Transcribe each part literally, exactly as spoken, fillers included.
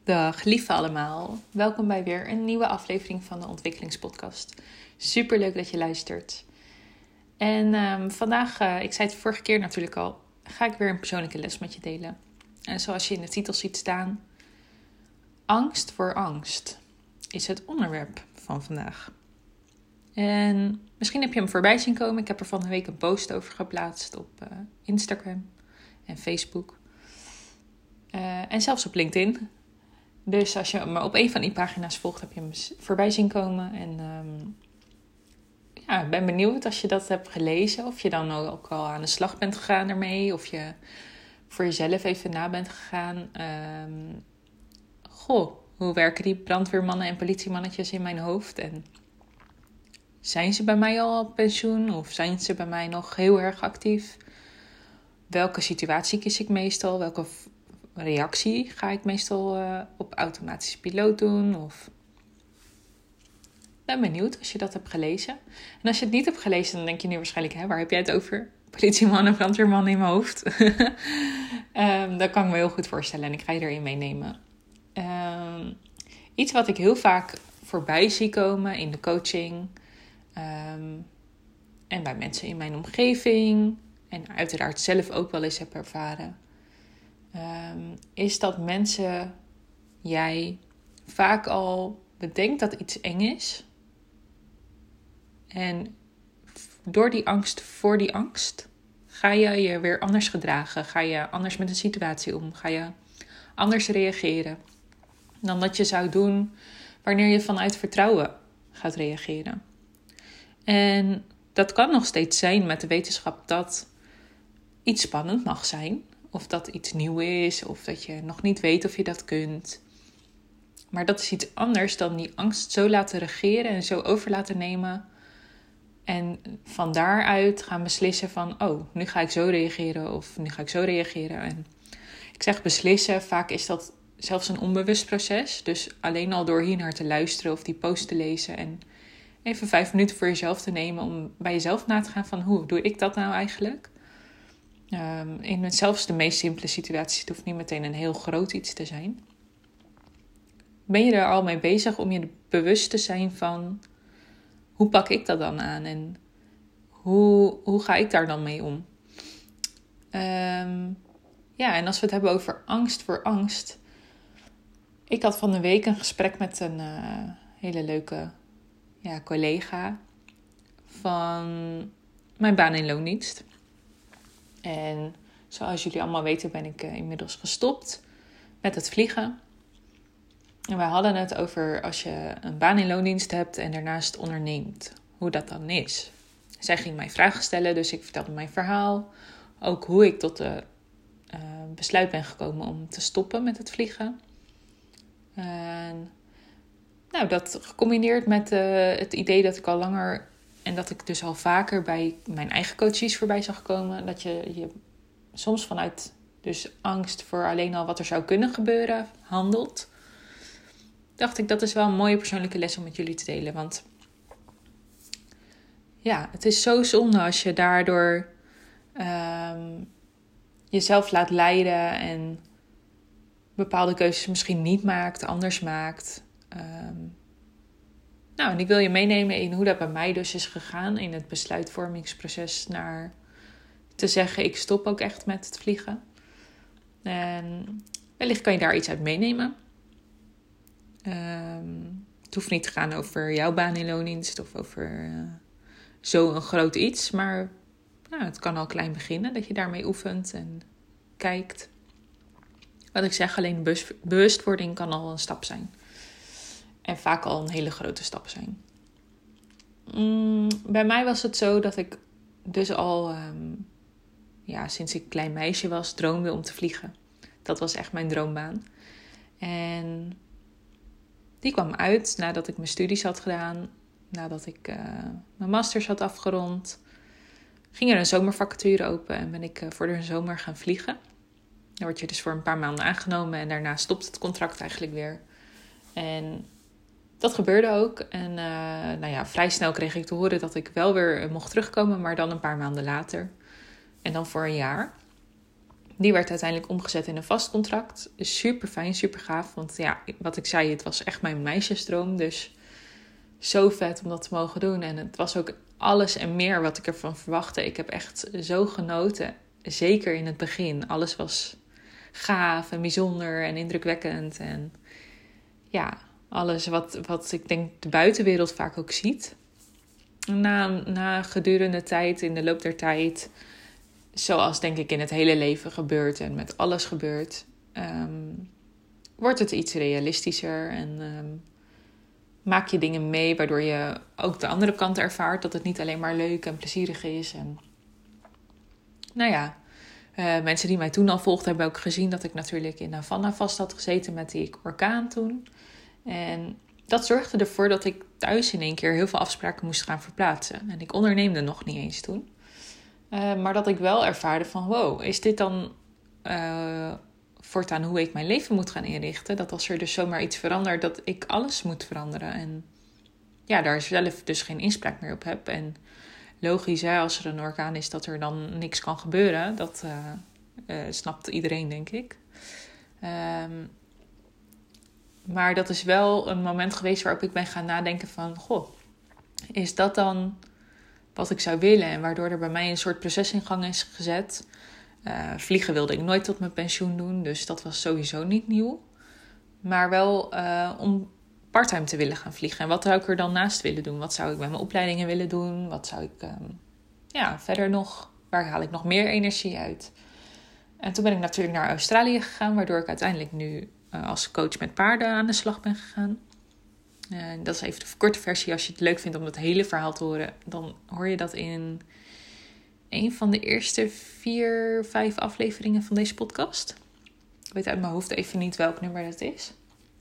Dag lieve allemaal, welkom bij weer een nieuwe aflevering van de Ontwikkelingspodcast. Super leuk dat je luistert. En um, vandaag, uh, ik zei het vorige keer natuurlijk al, ga ik weer een persoonlijke les met je delen. En zoals je in de titel ziet staan, angst voor angst is het onderwerp van vandaag. En misschien heb je hem voorbij zien komen. Ik heb er van de week een post over geplaatst op uh, Instagram en Facebook. Uh, en zelfs op LinkedIn. Dus als je me op een van die pagina's volgt, heb je hem voorbij zien komen. En um, ja, ik ben benieuwd als je dat hebt gelezen. Of je dan ook al aan de slag bent gegaan ermee. Of je voor jezelf even na bent gegaan. Um, goh, hoe werken die brandweermannen en politiemannetjes in mijn hoofd? En zijn ze bij mij al op pensioen? Of zijn ze bij mij nog heel erg actief? Welke situatie kies ik meestal? Welke reactie ga ik meestal uh, op automatische piloot doen? Of ben benieuwd als je dat hebt gelezen. En als je het niet hebt gelezen, dan denk je nu waarschijnlijk, hè, waar heb jij het over? Politieman en brandweerman in mijn hoofd. um, dat kan ik me heel goed voorstellen en ik ga je erin meenemen. Um, iets wat ik heel vaak voorbij zie komen in de coaching um, en bij mensen in mijn omgeving en uiteraard zelf ook wel eens heb ervaren, Um, is dat mensen, jij, vaak al bedenkt dat iets eng is. En door die angst voor die angst ga je je weer anders gedragen. Ga je anders met een situatie om. Ga je anders reageren dan dat je zou doen wanneer je vanuit vertrouwen gaat reageren. En dat kan nog steeds zijn met de wetenschap dat iets spannend mag zijn. Of dat iets nieuw is, of dat je nog niet weet of je dat kunt. Maar dat is iets anders dan die angst zo laten regeren en zo over laten nemen. En van daaruit gaan beslissen van, oh, nu ga ik zo reageren of nu ga ik zo reageren. En ik zeg beslissen, vaak is dat zelfs een onbewust proces. Dus alleen al door hier naar te luisteren of die post te lezen en even vijf minuten voor jezelf te nemen om bij jezelf na te gaan van, hoe doe ik dat nou eigenlijk? Um, in zelfs de meest simpele situaties, het hoeft niet meteen een heel groot iets te zijn. Ben je er al mee bezig om je bewust te zijn van, hoe pak ik dat dan aan en hoe, hoe ga ik daar dan mee om? Um, ja, en als we het hebben over angst voor angst. Ik had van de week een gesprek met een uh, hele leuke ja, collega van mijn baan in loondienst. En zoals jullie allemaal weten ben ik uh, inmiddels gestopt met het vliegen. En wij hadden het over als je een baan in loondienst hebt en daarnaast onderneemt. Hoe dat dan is. Zij ging mij vragen stellen, dus ik vertelde mijn verhaal. Ook hoe ik tot de uh, besluit ben gekomen om te stoppen met het vliegen. En nou, dat gecombineerd met uh, het idee dat ik al langer... En dat ik dus al vaker bij mijn eigen coaches voorbij zag komen. Dat je, je soms vanuit dus angst voor alleen al wat er zou kunnen gebeuren handelt. Dacht ik, dat is wel een mooie persoonlijke les om met jullie te delen. Want ja, het is zo zonde als je daardoor um, jezelf laat leiden. En bepaalde keuzes misschien niet maakt, anders maakt. Um, Nou, en ik wil je meenemen in hoe dat bij mij dus is gegaan in het besluitvormingsproces naar te zeggen, ik stop ook echt met het vliegen. En wellicht kan je daar iets uit meenemen. Um, het hoeft niet te gaan over jouw baan in loondienst of over uh, zo'n groot iets. Maar nou, het kan al klein beginnen, dat je daarmee oefent en kijkt. Wat ik zeg, alleen bewust- bewustwording kan al een stap zijn. En vaak al een hele grote stap zijn. Mm, bij mij was het zo dat ik dus al um, ja, sinds ik klein meisje was droomde om te vliegen. Dat was echt mijn droombaan. En die kwam uit nadat ik mijn studies had gedaan. Nadat ik uh, mijn masters had afgerond. Ging er een zomervacature open en ben ik uh, voor de zomer gaan vliegen. Dan word je dus voor een paar maanden aangenomen en daarna stopt het contract eigenlijk weer. En dat gebeurde ook. En uh, nou ja, vrij snel kreeg ik te horen dat ik wel weer mocht terugkomen, maar dan een paar maanden later. En dan voor een jaar. Die werd uiteindelijk omgezet in een vast contract. Super fijn, super gaaf. Want ja, wat ik zei, het was echt mijn meisjesdroom. Dus zo vet om dat te mogen doen. En het was ook alles en meer wat ik ervan verwachtte. Ik heb echt zo genoten. Zeker in het begin. Alles was gaaf en bijzonder en indrukwekkend. En ja, alles wat, wat ik denk de buitenwereld vaak ook ziet. Na, na gedurende tijd, in de loop der tijd, zoals denk ik in het hele leven gebeurt en met alles gebeurt, um, wordt het iets realistischer en um, maak je dingen mee waardoor je ook de andere kant ervaart, dat het niet alleen maar leuk en plezierig is. En nou ja, uh, mensen die mij toen al volgden hebben ook gezien dat ik natuurlijk in Havana vast had gezeten met die orkaan toen. En dat zorgde ervoor dat ik thuis in één keer heel veel afspraken moest gaan verplaatsen. En ik onderneemde nog niet eens toen. Uh, maar dat ik wel ervaarde van, wow, is dit dan uh, voortaan hoe ik mijn leven moet gaan inrichten? Dat als er dus zomaar iets verandert, dat ik alles moet veranderen. En ja, daar zelf dus geen inspraak meer op heb. En logisch, hè, als er een orkaan is, dat er dan niks kan gebeuren. Dat uh, uh, snapt iedereen, denk ik. Um, maar dat is wel een moment geweest waarop ik ben gaan nadenken van, goh, is dat dan wat ik zou willen? En waardoor er bij mij een soort proces in gang is gezet. Uh, vliegen wilde ik nooit tot mijn pensioen doen, dus dat was sowieso niet nieuw. Maar wel uh, om parttime te willen gaan vliegen. En wat zou ik er dan naast willen doen? Wat zou ik met mijn opleidingen willen doen? Wat zou ik um, ja, verder nog, waar haal ik nog meer energie uit? En toen ben ik natuurlijk naar Australië gegaan, waardoor ik uiteindelijk nu uh, als coach met paarden aan de slag ben gegaan. Uh, dat is even de korte versie. Als je het leuk vindt om het hele verhaal te horen, dan hoor je dat in een van de eerste vier, vijf afleveringen van deze podcast. Ik weet uit mijn hoofd even niet welk nummer dat is.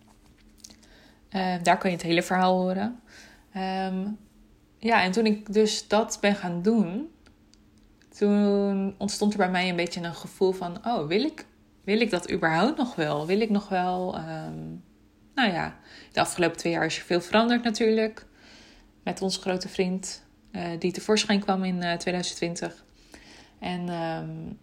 Uh, daar kan je het hele verhaal horen. Um, ja, en toen ik dus dat ben gaan doen, toen ontstond er bij mij een beetje een gevoel van, oh, wil ik, wil ik dat überhaupt nog wel? Wil ik nog wel... Um, nou ja, de afgelopen twee jaar is er veel veranderd natuurlijk. Met onze grote vriend, uh, die tevoorschijn kwam in uh, twintig twintig. En um,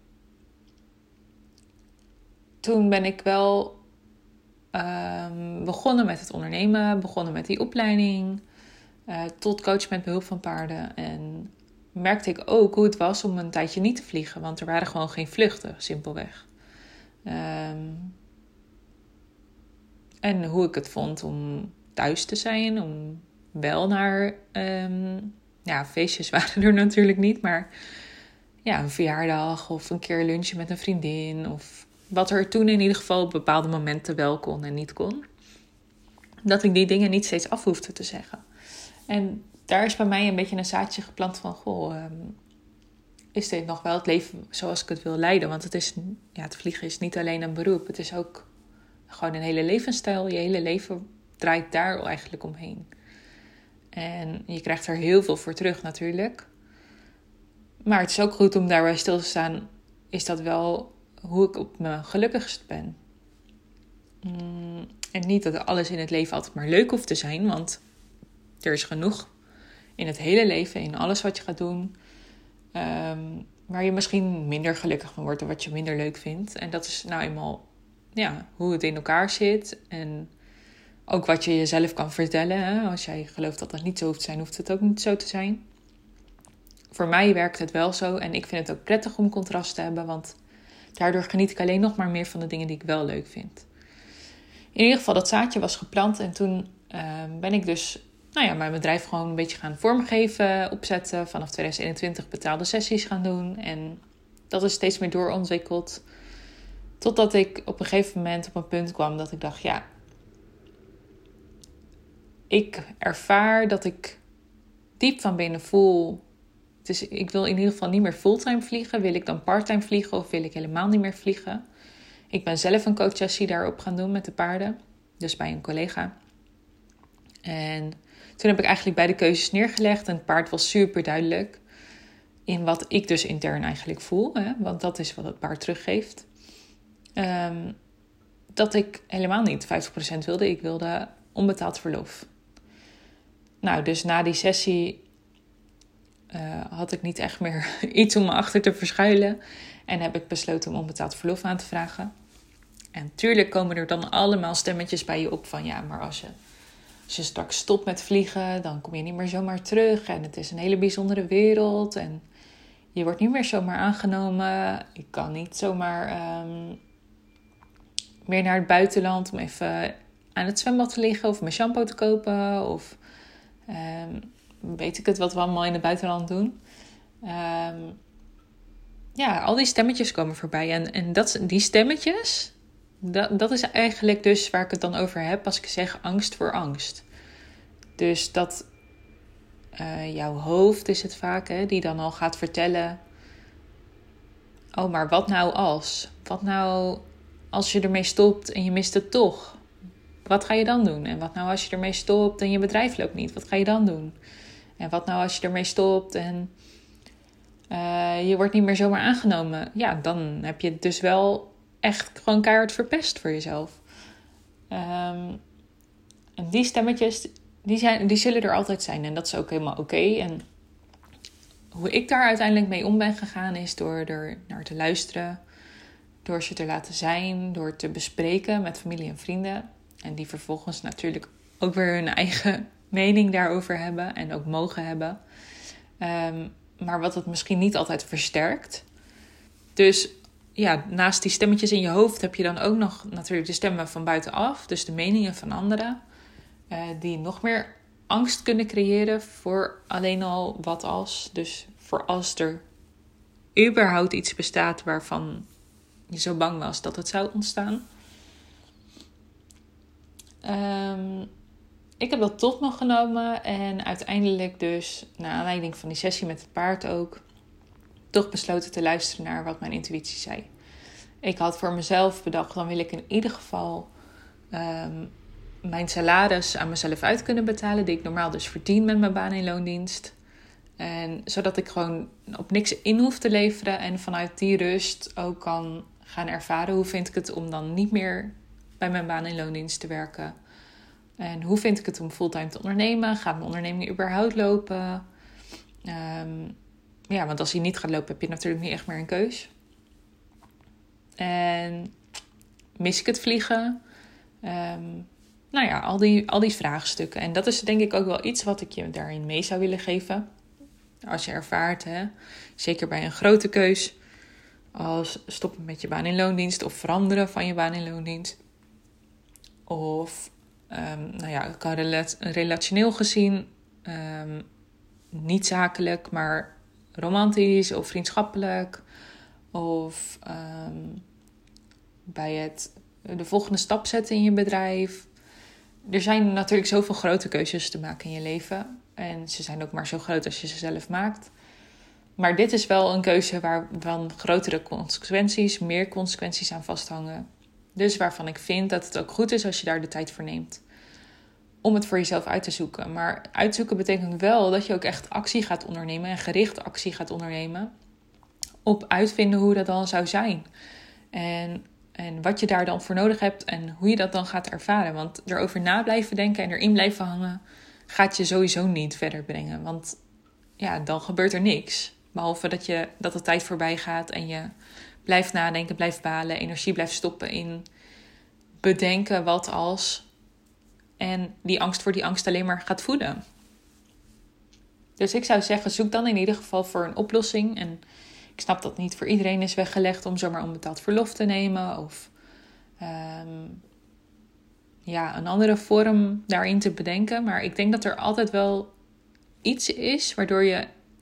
toen ben ik wel um, begonnen met het ondernemen. Begonnen met die opleiding. Uh, tot coach met behulp van paarden. En merkte ik ook hoe het was om een tijdje niet te vliegen. Want er waren gewoon geen vluchten, simpelweg. Um, en hoe ik het vond om thuis te zijn. Om wel naar... Um, ja, feestjes waren er natuurlijk niet. Maar ja, een verjaardag of een keer lunchen met een vriendin. Of wat er toen in ieder geval op bepaalde momenten wel kon en niet kon. Dat ik die dingen niet steeds af hoefde te zeggen. En daar is bij mij een beetje een zaadje geplant van... Goh, um, is dit nog wel het leven zoals ik het wil leiden? Want het is, ja, het vliegen is niet alleen een beroep. Het is ook gewoon een hele levensstijl. Je hele leven draait daar eigenlijk omheen. En je krijgt er heel veel voor terug natuurlijk. Maar het is ook goed om daarbij stil te staan. Is dat wel hoe ik op mijn gelukkigst ben? Mm, en niet dat alles in het leven altijd maar leuk hoeft te zijn. Want er is genoeg in het hele leven, in alles wat je gaat doen. Um, waar je misschien minder gelukkig van wordt. Of wat je minder leuk vindt. En dat is nou eenmaal ja, hoe het in elkaar zit. En ook wat je jezelf kan vertellen. Hè? Als jij gelooft dat dat niet zo hoeft te zijn, hoeft het ook niet zo te zijn. Voor mij werkt het wel zo. En ik vind het ook prettig om contrast te hebben. Want daardoor geniet ik alleen nog maar meer van de dingen die ik wel leuk vind. In ieder geval, dat zaadje was geplant. En toen uh, ben ik dus nou ja, mijn bedrijf gewoon een beetje gaan vormgeven, opzetten. Vanaf twintig eenentwintig betaalde sessies gaan doen. En dat is steeds meer doorontwikkeld. Totdat ik op een gegeven moment op een punt kwam dat ik dacht, ja, ik ervaar dat ik diep van binnen voel. Dus ik wil in ieder geval niet meer fulltime vliegen. Wil ik dan parttime vliegen of wil ik helemaal niet meer vliegen? Ik ben zelf een coachsessie daarop gaan doen met de paarden. Dus bij een collega. En toen heb ik eigenlijk beide keuzes neergelegd. En het paard was super duidelijk in wat ik dus intern eigenlijk voel. Hè? Want dat is wat het paard teruggeeft. Um, dat ik helemaal niet vijftig procent wilde. Ik wilde onbetaald verlof. Nou, dus na die sessie uh, had ik niet echt meer iets om me achter te verschuilen. En heb ik besloten om onbetaald verlof aan te vragen. En tuurlijk komen er dan allemaal stemmetjes bij je op van ja, maar als je, als je straks stopt met vliegen, dan kom je niet meer zomaar terug. En het is een hele bijzondere wereld. En je wordt niet meer zomaar aangenomen. Je kan niet zomaar um, meer naar het buitenland om even aan het zwembad te liggen of mijn shampoo te kopen. Of um, weet ik het wat we allemaal in het buitenland doen. Um, ja, al die stemmetjes komen voorbij. En, en dat, die stemmetjes, dat, dat is eigenlijk dus waar ik het dan over heb als ik zeg angst voor angst. Dus dat uh, jouw hoofd is het vaak, hè, die dan al gaat vertellen, oh, maar wat nou als? Wat nou als je ermee stopt en je mist het toch? Wat ga je dan doen? En wat nou als je ermee stopt en je bedrijf loopt niet? Wat ga je dan doen? En wat nou als je ermee stopt en uh, je wordt niet meer zomaar aangenomen? Ja, dan heb je het dus wel echt gewoon keihard verpest voor jezelf. Um, en die stemmetjes, die, zijn, die zullen er altijd zijn. En dat is ook helemaal oké. Okay. En hoe ik daar uiteindelijk mee om ben gegaan is door er naar te luisteren. Door ze te laten zijn. Door te bespreken met familie en vrienden. En die vervolgens natuurlijk ook weer hun eigen mening daarover hebben. En ook mogen hebben. Um, maar wat het misschien niet altijd versterkt. Dus ja, naast die stemmetjes in je hoofd heb je dan ook nog natuurlijk de stemmen van buitenaf. Dus de meningen van anderen. Uh, die nog meer angst kunnen creëren voor alleen al wat als. Dus voor als er überhaupt iets bestaat waarvan je zo bang was dat het zou ontstaan. Um, ik heb dat tot me genomen en uiteindelijk dus, naar aanleiding van die sessie met het paard ook, toch besloten te luisteren naar wat mijn intuïtie zei. Ik had voor mezelf bedacht, dan wil ik in ieder geval um, mijn salaris aan mezelf uit kunnen betalen, die ik normaal dus verdien met mijn baan in loondienst. En zodat ik gewoon op niks in hoef te leveren en vanuit die rust ook kan gaan ervaren hoe vind ik het om dan niet meer bij mijn baan in loondienst te werken. En hoe vind ik het om fulltime te ondernemen? Gaat mijn onderneming überhaupt lopen? Um, ja, want als die niet gaat lopen heb je natuurlijk niet echt meer een keus. En mis ik het vliegen? Um, nou ja, al die, al die vraagstukken. En dat is denk ik ook wel iets wat ik je daarin mee zou willen geven. Als je ervaart, hè, zeker bij een grote keus, als stoppen met je baan in loondienst of veranderen van je baan in loondienst. Of, um, nou ja, kan rela- relationeel gezien, um, niet zakelijk, maar romantisch of vriendschappelijk. Of um, bij het de volgende stap zetten in je bedrijf. Er zijn natuurlijk zoveel grote keuzes te maken in je leven. En ze zijn ook maar zo groot als je ze zelf maakt. Maar dit is wel een keuze waarvan grotere consequenties, meer consequenties aan vasthangen. Dus waarvan ik vind dat het ook goed is als je daar de tijd voor neemt. Om het voor jezelf uit te zoeken. Maar uitzoeken betekent wel dat je ook echt actie gaat ondernemen. En gericht actie gaat ondernemen. Op uitvinden hoe dat dan zou zijn. En, en wat je daar dan voor nodig hebt. En hoe je dat dan gaat ervaren. Want erover na blijven denken en erin blijven hangen gaat je sowieso niet verder brengen. Want ja, dan gebeurt er niks. Behalve dat, je, dat de tijd voorbij gaat en je blijft nadenken, blijft balen, energie blijft stoppen in bedenken wat als. En die angst voor die angst alleen maar gaat voeden. Dus ik zou zeggen, zoek dan in ieder geval voor een oplossing. En ik snap dat niet voor iedereen is weggelegd om zomaar onbetaald verlof te nemen. Of um, ja, een andere vorm daarin te bedenken. Maar ik denk dat er altijd wel iets is waardoor je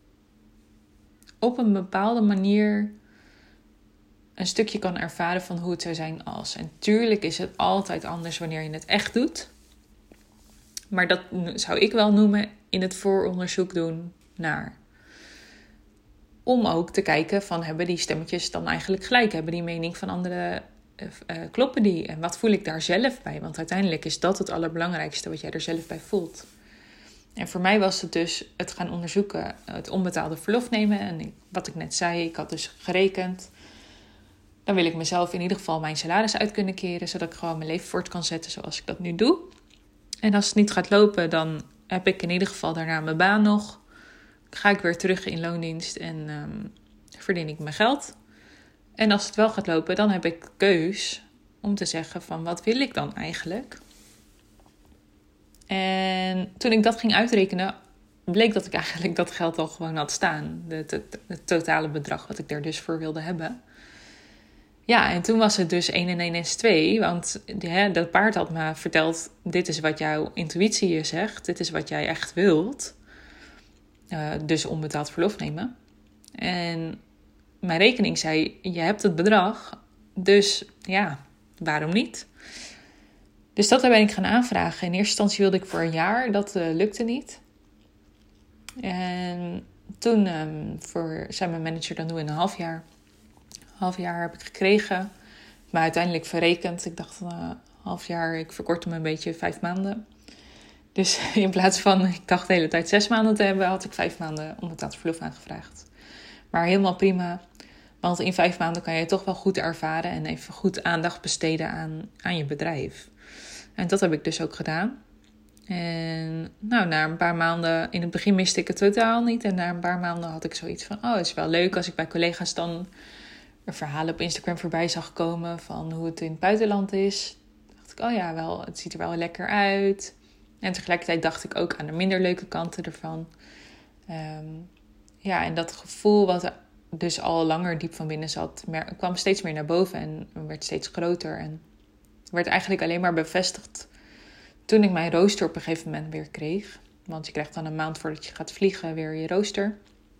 op een bepaalde manier een stukje kan ervaren van hoe het zou zijn als. En tuurlijk is het altijd anders wanneer je het echt doet. Maar dat zou ik wel noemen in het vooronderzoek doen naar. Om ook te kijken van, hebben die stemmetjes dan eigenlijk gelijk? Hebben die mening van anderen, uh, uh, kloppen die? En wat voel ik daar zelf bij? Want uiteindelijk is dat het allerbelangrijkste wat jij er zelf bij voelt. En voor mij was het dus het gaan onderzoeken, het onbetaalde verlof nemen. En ik, wat ik net zei, ik had dus gerekend. Dan wil ik mezelf in ieder geval mijn salaris uit kunnen keren, zodat ik gewoon mijn leven voort kan zetten zoals ik dat nu doe. En als het niet gaat lopen, dan heb ik in ieder geval daarna mijn baan nog. Ga ik weer terug in loondienst en um, verdien ik mijn geld. En als het wel gaat lopen, dan heb ik keus om te zeggen van wat wil ik dan eigenlijk? En toen ik dat ging uitrekenen, bleek dat ik eigenlijk dat geld al gewoon had staan. Het, het, het totale bedrag wat ik er dus voor wilde hebben. Ja, en toen was het dus één en één is twee. Want hè, dat paard had me verteld, dit is wat jouw intuïtie je zegt. Dit is wat jij echt wilt. Uh, dus onbetaald verlof nemen. En mijn rekening zei, je hebt het bedrag. Dus ja, waarom niet? Dus dat ben ik gaan aanvragen. In eerste instantie wilde ik voor een jaar. Dat uh, lukte niet. En toen um, voor, zei mijn manager, dan doen we een half jaar. Een half jaar heb ik gekregen. Maar uiteindelijk verrekend. Ik dacht, een uh, half jaar, ik verkort hem een beetje, vijf maanden. Dus in plaats van, ik dacht de hele tijd zes maanden te hebben, had ik vijf maanden onbetaald verlof aangevraagd. Maar helemaal prima. Want in vijf maanden kan je toch wel goed ervaren en even goed aandacht besteden aan, aan je bedrijf. En dat heb ik dus ook gedaan. En nou, na een paar maanden, in het begin miste ik het totaal niet. En na een paar maanden had ik zoiets van, oh, het is wel leuk als ik bij collega's dan een verhaal op Instagram voorbij zag komen van hoe het in het buitenland is. Dan dacht ik, oh ja, wel, het ziet er wel lekker uit. En tegelijkertijd dacht ik ook aan de minder leuke kanten ervan. Um, ja, en dat gevoel wat dus al langer diep van binnen zat, kwam steeds meer naar boven en werd steeds groter. En werd eigenlijk alleen maar bevestigd toen ik mijn rooster op een gegeven moment weer kreeg. Want je krijgt dan een maand voordat je gaat vliegen weer je rooster.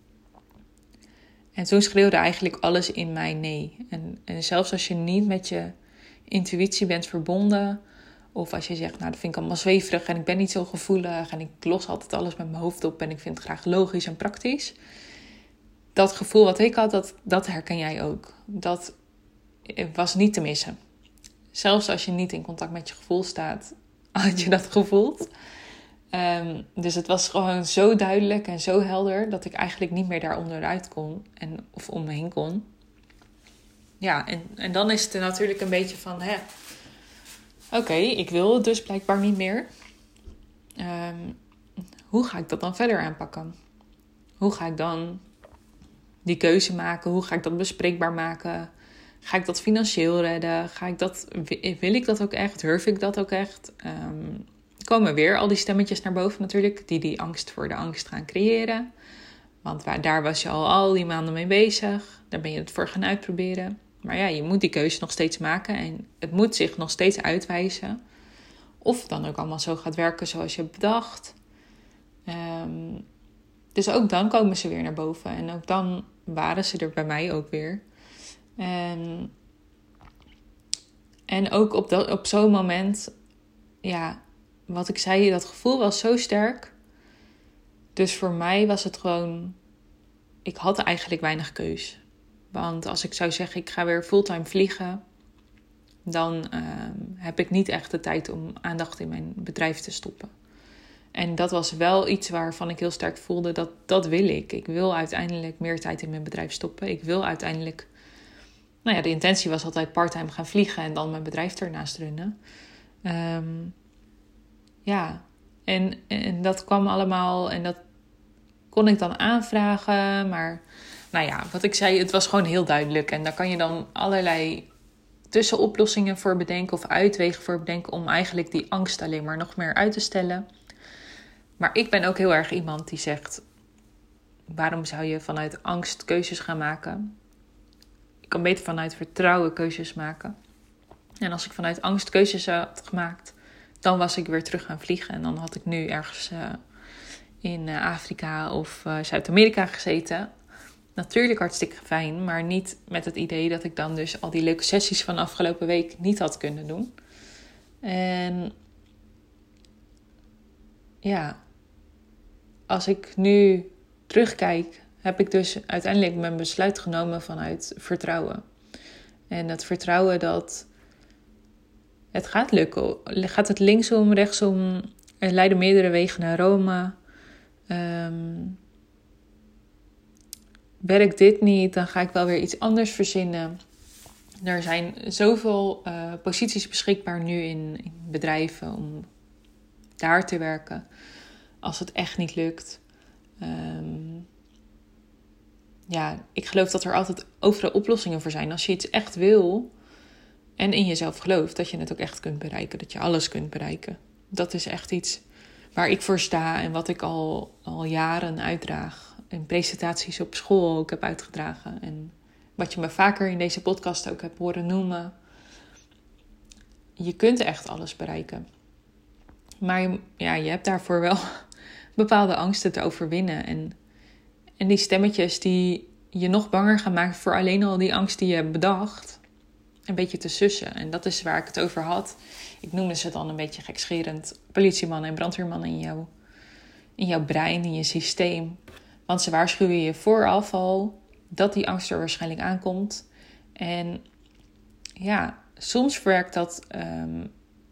En toen schreeuwde eigenlijk alles in mij nee. En, en zelfs als je niet met je intuïtie bent verbonden, of als je zegt, nou dat vind ik allemaal zweverig en ik ben niet zo gevoelig en ik los altijd alles met mijn hoofd op en ik vind het graag logisch en praktisch. Dat gevoel wat ik had, dat, dat herken jij ook. Dat was niet te missen. Zelfs als je niet in contact met je gevoel staat, had je dat gevoeld. Um, dus het was gewoon zo duidelijk en zo helder dat ik eigenlijk niet meer daar onderuit kon en, of om me heen kon. Ja, en, en dan is het er natuurlijk een beetje van, hè, oké, okay, ik wil het dus blijkbaar niet meer. Um, hoe ga ik dat dan verder aanpakken? Hoe ga ik dan die keuze maken? Hoe ga ik dat bespreekbaar maken? Ga ik dat financieel redden? Ga ik dat, wil ik dat ook echt? Durf ik dat ook echt? Um, komen weer al die stemmetjes naar boven natuurlijk, die die angst voor de angst gaan creëren. Want waar, daar was je al al die maanden mee bezig. Daar ben je het voor gaan uitproberen. Maar ja, je moet die keuze nog steeds maken en het moet zich nog steeds uitwijzen. Of het dan ook allemaal zo gaat werken zoals je bedacht. Um, dus ook dan komen ze weer naar boven. En ook dan waren ze er bij mij ook weer. En, en ook op, dat, op zo'n moment, ja, wat ik zei, dat gevoel was zo sterk. Dus voor mij was het gewoon, ik had eigenlijk weinig keus. Want als ik zou zeggen, ik ga weer fulltime vliegen, dan uh, heb ik niet echt de tijd om aandacht in mijn bedrijf te stoppen. En dat was wel iets waarvan ik heel sterk voelde, dat dat wil ik. Ik wil uiteindelijk meer tijd in mijn bedrijf stoppen. Ik wil uiteindelijk, nou ja, de intentie was altijd parttime gaan vliegen en dan mijn bedrijf ernaast runnen. Um, ja, en, en dat kwam allemaal en dat kon ik dan aanvragen. Maar nou ja, wat ik zei, het was gewoon heel duidelijk. En daar kan je dan allerlei tussenoplossingen voor bedenken of uitwegen voor bedenken om eigenlijk die angst alleen maar nog meer uit te stellen. Maar ik ben ook heel erg iemand die zegt, waarom zou je vanuit angst keuzes gaan maken? Ik kan beter vanuit vertrouwen keuzes maken. En als ik vanuit angst keuzes had gemaakt, dan was ik weer terug gaan vliegen. En dan had ik nu ergens uh, in uh, Afrika of uh, Zuid-Amerika gezeten. Natuurlijk hartstikke fijn, maar niet met het idee dat ik dan dus al die leuke sessies van de afgelopen week niet had kunnen doen. En ja, als ik nu terugkijk, heb ik dus uiteindelijk mijn besluit genomen vanuit vertrouwen. En het vertrouwen dat het gaat lukken. Gaat het linksom, rechtsom, er leiden meerdere wegen naar Rome. Um, werkt dit niet, dan ga ik wel weer iets anders verzinnen. Er zijn zoveel uh, posities beschikbaar nu in, in bedrijven om daar te werken. Als het echt niet lukt. Um, ja, ik geloof dat er altijd overal oplossingen voor zijn. Als je iets echt wil en in jezelf gelooft, dat je het ook echt kunt bereiken. Dat je alles kunt bereiken. Dat is echt iets waar ik voor sta en wat ik al, al jaren uitdraag. En presentaties op school ook heb uitgedragen. En wat je me vaker in deze podcast ook hebt horen noemen. Je kunt echt alles bereiken. Maar je, ja, je hebt daarvoor wel bepaalde angsten te overwinnen. En, en die stemmetjes die je nog banger gaan maken voor alleen al die angst die je hebt bedacht. Een beetje te sussen. En dat is waar ik het over had. Ik noemde ze dan een beetje gekscherend politiemannen en brandweermannen in, jou, in jouw brein, in je systeem. Want ze waarschuwen je vooraf al dat die angst er waarschijnlijk aankomt. En ja, soms werkt dat, um,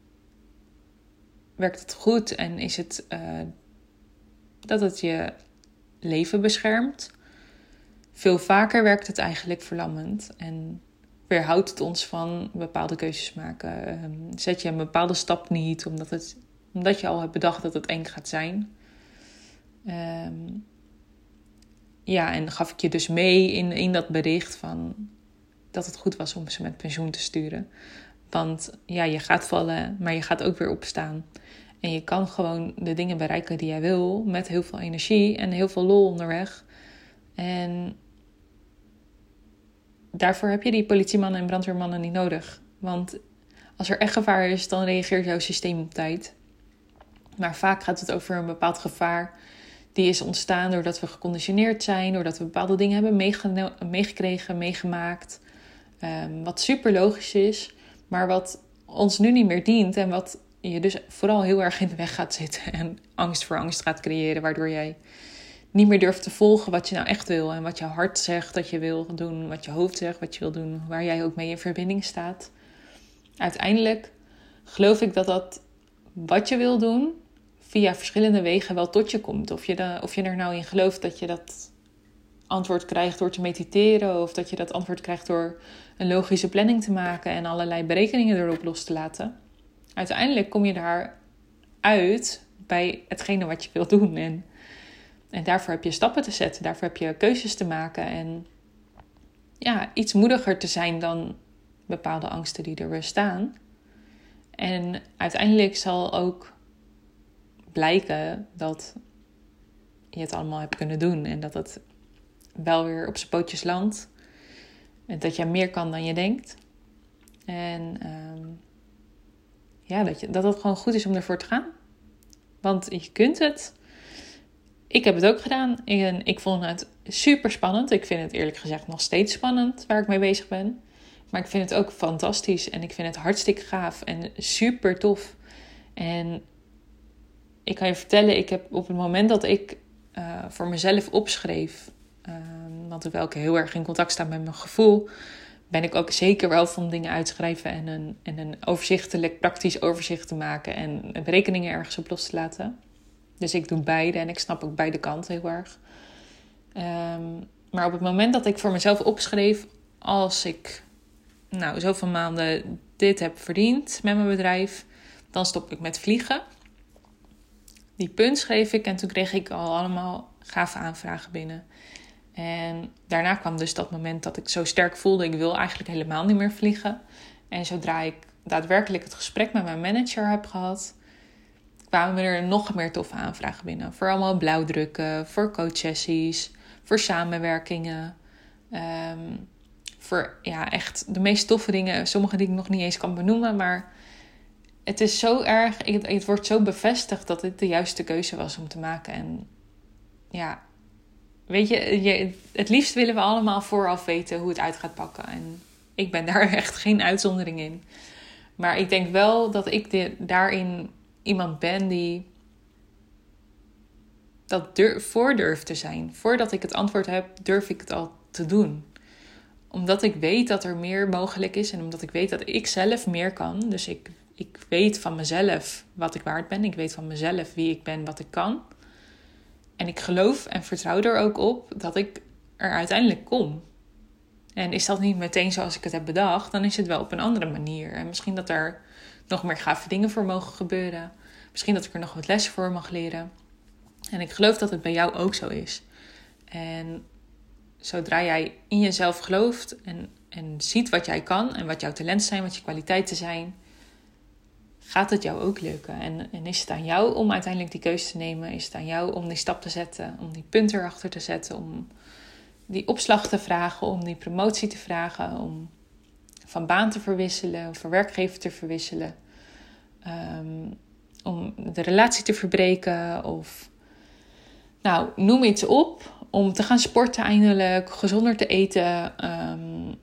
werkt het goed en is het uh, dat het je leven beschermt. Veel vaker werkt het eigenlijk verlammend en weerhoudt het ons van bepaalde keuzes maken. Um, zet je een bepaalde stap niet, omdat, het, omdat je al hebt bedacht dat het eng gaat zijn. Um, ja, en gaf ik je dus mee in, in dat bericht van dat het goed was om ze met pensioen te sturen. Want ja, je gaat vallen, maar je gaat ook weer opstaan. En je kan gewoon de dingen bereiken die jij wil met heel veel energie en heel veel lol onderweg. En daarvoor heb je die politiemannen en brandweermannen niet nodig. Want als er echt gevaar is, dan reageert jouw systeem op tijd. Maar vaak gaat het over een bepaald gevaar die is ontstaan doordat we geconditioneerd zijn, doordat we bepaalde dingen hebben meegeno- meegekregen, meegemaakt. Um, wat super logisch is, maar wat ons nu niet meer dient en wat je dus vooral heel erg in de weg gaat zitten en angst voor angst gaat creëren, waardoor jij niet meer durft te volgen wat je nou echt wil en wat je hart zegt dat je wil doen, wat je hoofd zegt wat je wil doen, waar jij ook mee in verbinding staat. Uiteindelijk geloof ik dat dat wat je wil doen via verschillende wegen wel tot je komt. Of je, de, of je er nou in gelooft dat je dat antwoord krijgt door te mediteren, of dat je dat antwoord krijgt door een logische planning te maken en allerlei berekeningen erop los te laten. Uiteindelijk kom je daar uit bij hetgene wat je wilt doen. En, en daarvoor heb je stappen te zetten, daarvoor heb je keuzes te maken en ja, iets moediger te zijn dan bepaalde angsten die er bestaan. En uiteindelijk zal ook blijken dat je het allemaal hebt kunnen doen en dat het wel weer op zijn pootjes landt. En dat je meer kan dan je denkt. En um, ja, dat, je, dat het gewoon goed is om ervoor te gaan. Want je kunt het. Ik heb het ook gedaan. En ik vond het super spannend. Ik vind het eerlijk gezegd nog steeds spannend waar ik mee bezig ben. Maar ik vind het ook fantastisch. En ik vind het hartstikke gaaf en super tof. En ik kan je vertellen, ik heb op het moment dat ik uh, voor mezelf opschreef, uh, want terwijl ik heel erg in contact sta met mijn gevoel, ben ik ook zeker wel van dingen uitschrijven en een, en een overzichtelijk, praktisch overzicht te maken en berekeningen ergens op los te laten. Dus ik doe beide en ik snap ook beide kanten heel erg. Um, maar op het moment dat ik voor mezelf opschreef, als ik nou zoveel maanden dit heb verdiend met mijn bedrijf, dan stop ik met vliegen. Die punt schreef ik en toen kreeg ik al allemaal gave aanvragen binnen. En daarna kwam dus dat moment dat ik zo sterk voelde, ik wil eigenlijk helemaal niet meer vliegen. En zodra ik daadwerkelijk het gesprek met mijn manager heb gehad, kwamen er nog meer toffe aanvragen binnen. Voor allemaal blauwdrukken, voor coachsessies, voor samenwerkingen. Um, voor ja, echt de meest toffe dingen. Sommige die ik nog niet eens kan benoemen, maar het is zo erg, het, het wordt zo bevestigd dat dit de juiste keuze was om te maken. En ja, weet je, je, het liefst willen we allemaal vooraf weten hoe het uit gaat pakken. En ik ben daar echt geen uitzondering in. Maar ik denk wel dat ik de, daarin iemand ben die dat durf, voor durft te zijn. Voordat ik het antwoord heb, durf ik het al te doen. Omdat ik weet dat er meer mogelijk is en omdat ik weet dat ik zelf meer kan. Dus ik, ik weet van mezelf wat ik waard ben. Ik weet van mezelf wie ik ben, wat ik kan. En ik geloof en vertrouw er ook op dat ik er uiteindelijk kom. En is dat niet meteen zoals ik het heb bedacht, dan is het wel op een andere manier. En misschien dat er nog meer gave dingen voor mogen gebeuren. Misschien dat ik er nog wat lessen voor mag leren. En ik geloof dat het bij jou ook zo is. En zodra jij in jezelf gelooft en, en ziet wat jij kan en wat jouw talenten zijn, wat je kwaliteiten zijn, gaat het jou ook lukken. En, en is het aan jou om uiteindelijk die keuze te nemen? Is het aan jou om die stap te zetten, om die punt erachter te zetten, om die opslag te vragen, om die promotie te vragen, om van baan te verwisselen, of van werkgever te verwisselen, um, om de relatie te verbreken of nou, noem iets op, om te gaan sporten eindelijk, gezonder te eten, um,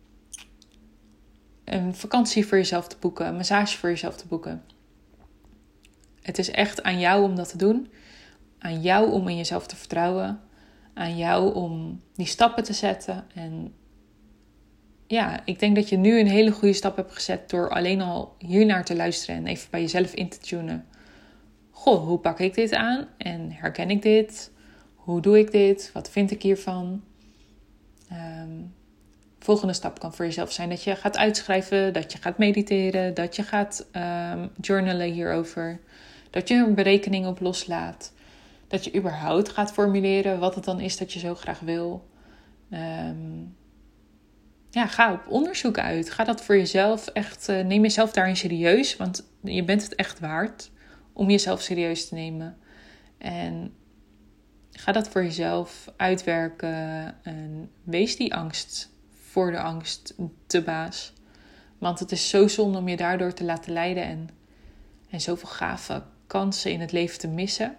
een vakantie voor jezelf te boeken, een massage voor jezelf te boeken. Het is echt aan jou om dat te doen, aan jou om in jezelf te vertrouwen, aan jou om die stappen te zetten. En ja, ik denk dat je nu een hele goede stap hebt gezet door alleen al hiernaar te luisteren en even bij jezelf in te tunen. Goh, hoe pak ik dit aan? En herken ik dit? Hoe doe ik dit? Wat vind ik hiervan? Um, volgende stap kan voor jezelf zijn dat je gaat uitschrijven, dat je gaat mediteren, dat je gaat um, journalen hierover, dat je een berekening op loslaat, dat je überhaupt gaat formuleren wat het dan is dat je zo graag wil. Um, ja, ga op onderzoek uit. Ga dat voor jezelf echt, uh, neem jezelf daarin serieus, want je bent het echt waard om jezelf serieus te nemen. En ga dat voor jezelf uitwerken en wees die angst voor de angst te baas. Want het is zo zonde om je daardoor te laten leiden en, en zoveel gave kansen in het leven te missen.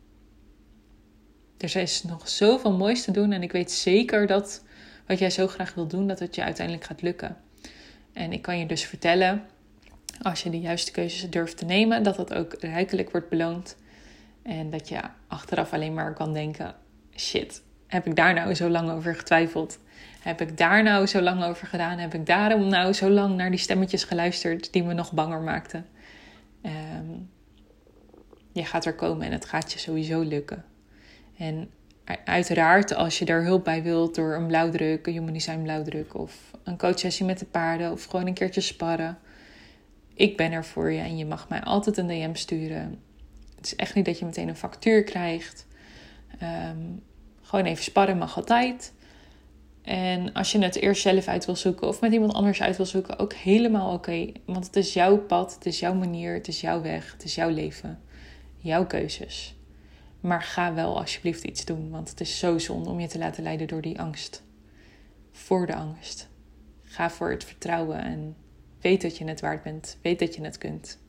Er is nog zoveel moois te doen en ik weet zeker dat wat jij zo graag wil doen, dat het je uiteindelijk gaat lukken. En ik kan je dus vertellen, als je de juiste keuzes durft te nemen, dat dat ook rijkelijk wordt beloond. En dat je achteraf alleen maar kan denken, shit, heb ik daar nou zo lang over getwijfeld? Heb ik daar nou zo lang over gedaan? Heb ik daarom nou zo lang naar die stemmetjes geluisterd die me nog banger maakten? Um, je gaat er komen en het gaat je sowieso lukken. En uiteraard, als je daar hulp bij wilt door een blauwdruk, een Human Design blauwdruk of een coachsessie met de paarden of gewoon een keertje sparren. Ik ben er voor je en je mag mij altijd een D M sturen. Het is echt niet dat je meteen een factuur krijgt. Um, gewoon even sparren mag altijd. En als je het eerst zelf uit wil zoeken of met iemand anders uit wil zoeken, ook helemaal oké. Okay. Want het is jouw pad, het is jouw manier, het is jouw weg, het is jouw leven. Jouw keuzes. Maar ga wel alsjeblieft iets doen, want het is zo zonde om je te laten leiden door die angst. Voor de angst. Ga voor het vertrouwen en weet dat je het waard bent. Weet dat je het kunt.